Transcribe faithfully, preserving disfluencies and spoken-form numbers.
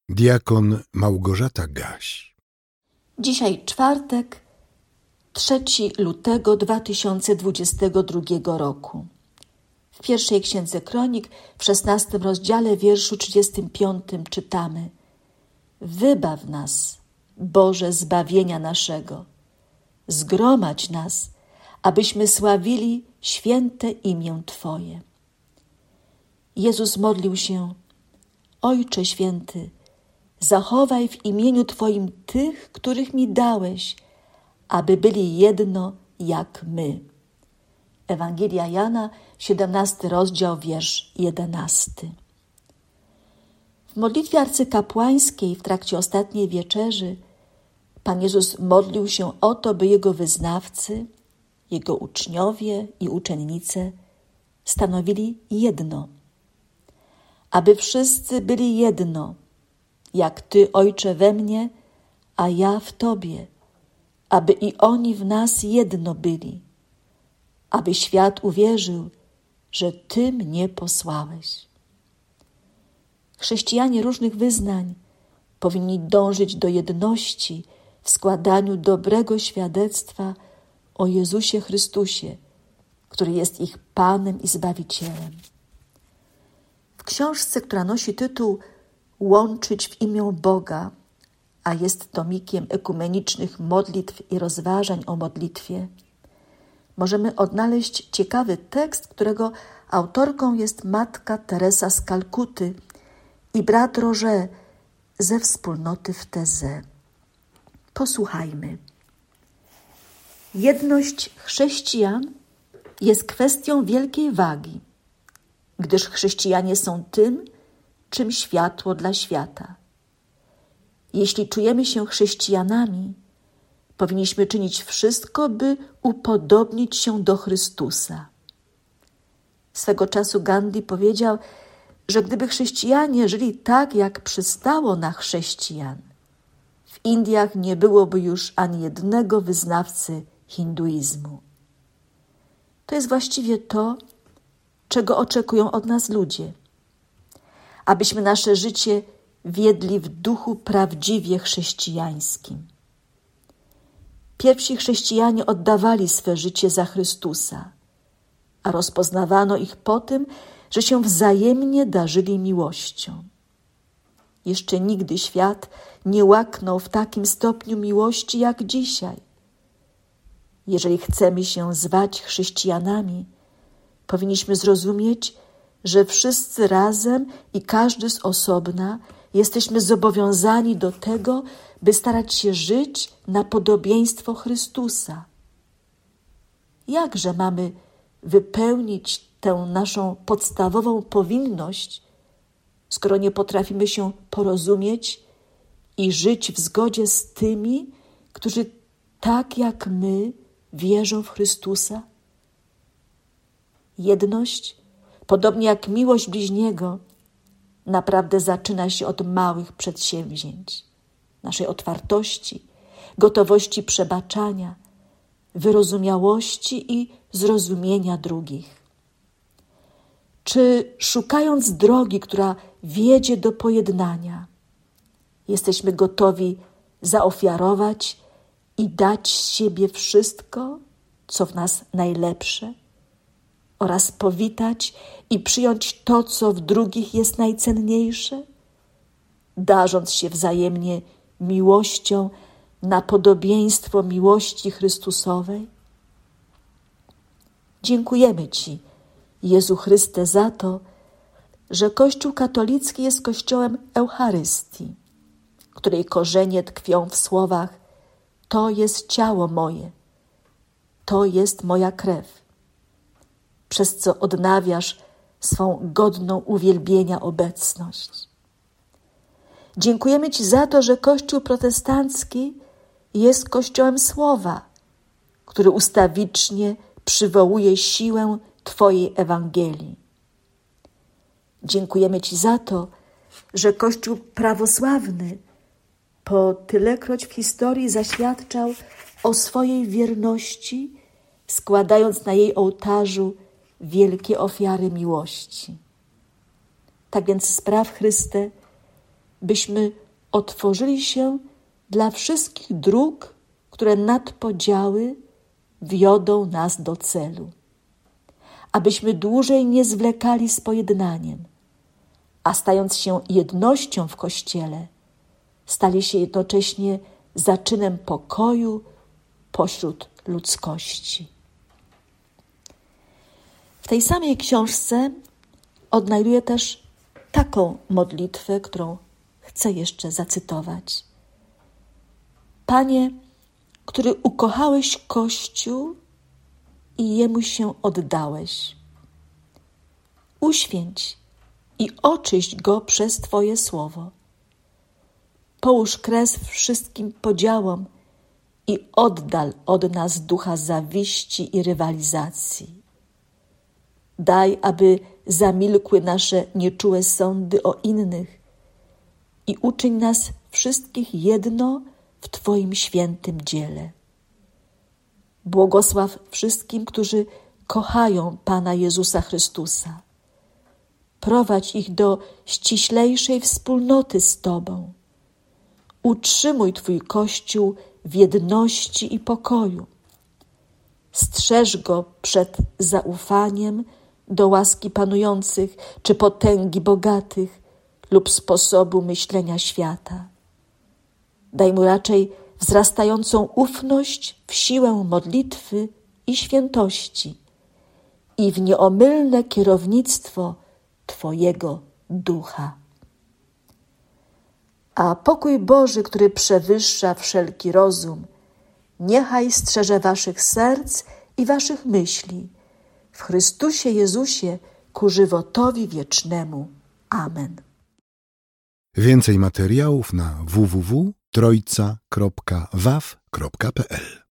Diakon Małgorzata Gaś. Dzisiaj czwartek, trzeciego lutego dwa tysiące dwudziestego drugiego roku. W pierwszej księdze Kronik, w szesnastym rozdziale, wierszu trzydziestym piątym czytamy: Wybaw nas, Boże zbawienia naszego, zgromadź nas, abyśmy sławili święte imię Twoje. Jezus modlił się: Ojcze Święty, zachowaj w imieniu Twoim tych, których mi dałeś, aby byli jedno jak my. Ewangelia Jana, siedemnasty rozdział, wiersz jedenasty. W modlitwie arcykapłańskiej w trakcie ostatniej wieczerzy Pan Jezus modlił się o to, by Jego wyznawcy, Jego uczniowie i uczennice stanowili jedno. Aby wszyscy byli jedno, jak Ty, Ojcze, we mnie, a ja w Tobie, aby i oni w nas jedno byli, aby świat uwierzył, że Ty mnie posłałeś. Chrześcijanie różnych wyznań powinni dążyć do jedności w składaniu dobrego świadectwa o Jezusie Chrystusie, który jest ich Panem i Zbawicielem. W książce, która nosi tytuł Łączyć w imię Boga, a jest tomikiem ekumenicznych modlitw i rozważań o modlitwie, możemy odnaleźć ciekawy tekst, którego autorką jest matka Teresa z Kalkuty i brat Roger ze wspólnoty w Teze. Posłuchajmy. Jedność chrześcijan jest kwestią wielkiej wagi, gdyż chrześcijanie są tym, czym światło dla świata. Jeśli czujemy się chrześcijanami, powinniśmy czynić wszystko, by upodobnić się do Chrystusa. Swego czasu Gandhi powiedział, że gdyby chrześcijanie żyli tak, jak przystało na chrześcijan, w Indiach nie byłoby już ani jednego wyznawcy hinduizmu. To jest właściwie to, czego oczekują od nas ludzie. Abyśmy nasze życie wiedli w duchu prawdziwie chrześcijańskim. Pierwsi chrześcijanie oddawali swe życie za Chrystusa, a rozpoznawano ich po tym, że się wzajemnie darzyli miłością. Jeszcze nigdy świat nie łaknął w takim stopniu miłości jak dzisiaj. Jeżeli chcemy się zwać chrześcijanami, powinniśmy zrozumieć, że wszyscy razem i każdy z osobna jesteśmy zobowiązani do tego, by starać się żyć na podobieństwo Chrystusa. Jakże mamy wypełnić tę naszą podstawową powinność, skoro nie potrafimy się porozumieć i żyć w zgodzie z tymi, którzy tak jak my wierzą w Chrystusa? Jedność, podobnie jak miłość bliźniego, naprawdę zaczyna się od małych przedsięwzięć, naszej otwartości, gotowości przebaczania, wyrozumiałości i zrozumienia drugich. Czy szukając drogi, która wiedzie do pojednania, jesteśmy gotowi zaofiarować i dać z siebie wszystko, co w nas najlepsze, oraz powitać i przyjąć to, co w drugich jest najcenniejsze, darząc się wzajemnie miłością na podobieństwo miłości Chrystusowej? Dziękujemy Ci, Jezu Chryste, za to, że Kościół katolicki jest Kościołem Eucharystii, której korzenie tkwią w słowach: to jest ciało moje, to jest moja krew, przez co odnawiasz swą godną uwielbienia obecność. Dziękujemy Ci za to, że Kościół protestancki jest Kościołem Słowa, który ustawicznie przywołuje siłę Twojej Ewangelii. Dziękujemy Ci za to, że Kościół prawosławny po tylekroć w historii zaświadczał o swojej wierności, składając na jej ołtarzu wielkie ofiary miłości. Tak więc spraw, Chryste, byśmy otworzyli się dla wszystkich dróg, które nad podziały wiodą nas do celu. Abyśmy dłużej nie zwlekali z pojednaniem, a stając się jednością w Kościele, stali się jednocześnie zaczynem pokoju pośród ludzkości. W tej samej książce odnajduję też taką modlitwę, którą chcę jeszcze zacytować. Panie, który ukochałeś Kościół i jemu się oddałeś, uświęć i oczyść go przez Twoje słowo. Połóż kres wszystkim podziałom i oddal od nas ducha zawiści i rywalizacji. Daj, aby zamilkły nasze nieczułe sądy o innych i uczyń nas wszystkich jedno w Twoim świętym dziele. Błogosław wszystkim, którzy kochają Pana Jezusa Chrystusa. Prowadź ich do ściślejszej wspólnoty z Tobą. Utrzymuj Twój Kościół w jedności i pokoju. Strzeż go przed zaufaniem do łaski panujących czy potęgi bogatych lub sposobu myślenia świata. Daj mu raczej wzrastającą ufność w siłę modlitwy i świętości i w nieomylne kierownictwo Twojego ducha. A pokój Boży, który przewyższa wszelki rozum, niechaj strzeże waszych serc i waszych myśli w Chrystusie Jezusie ku żywotowi wiecznemu. Amen. Więcej materiałów na w w w kropka trojca kropka w a w kropka p l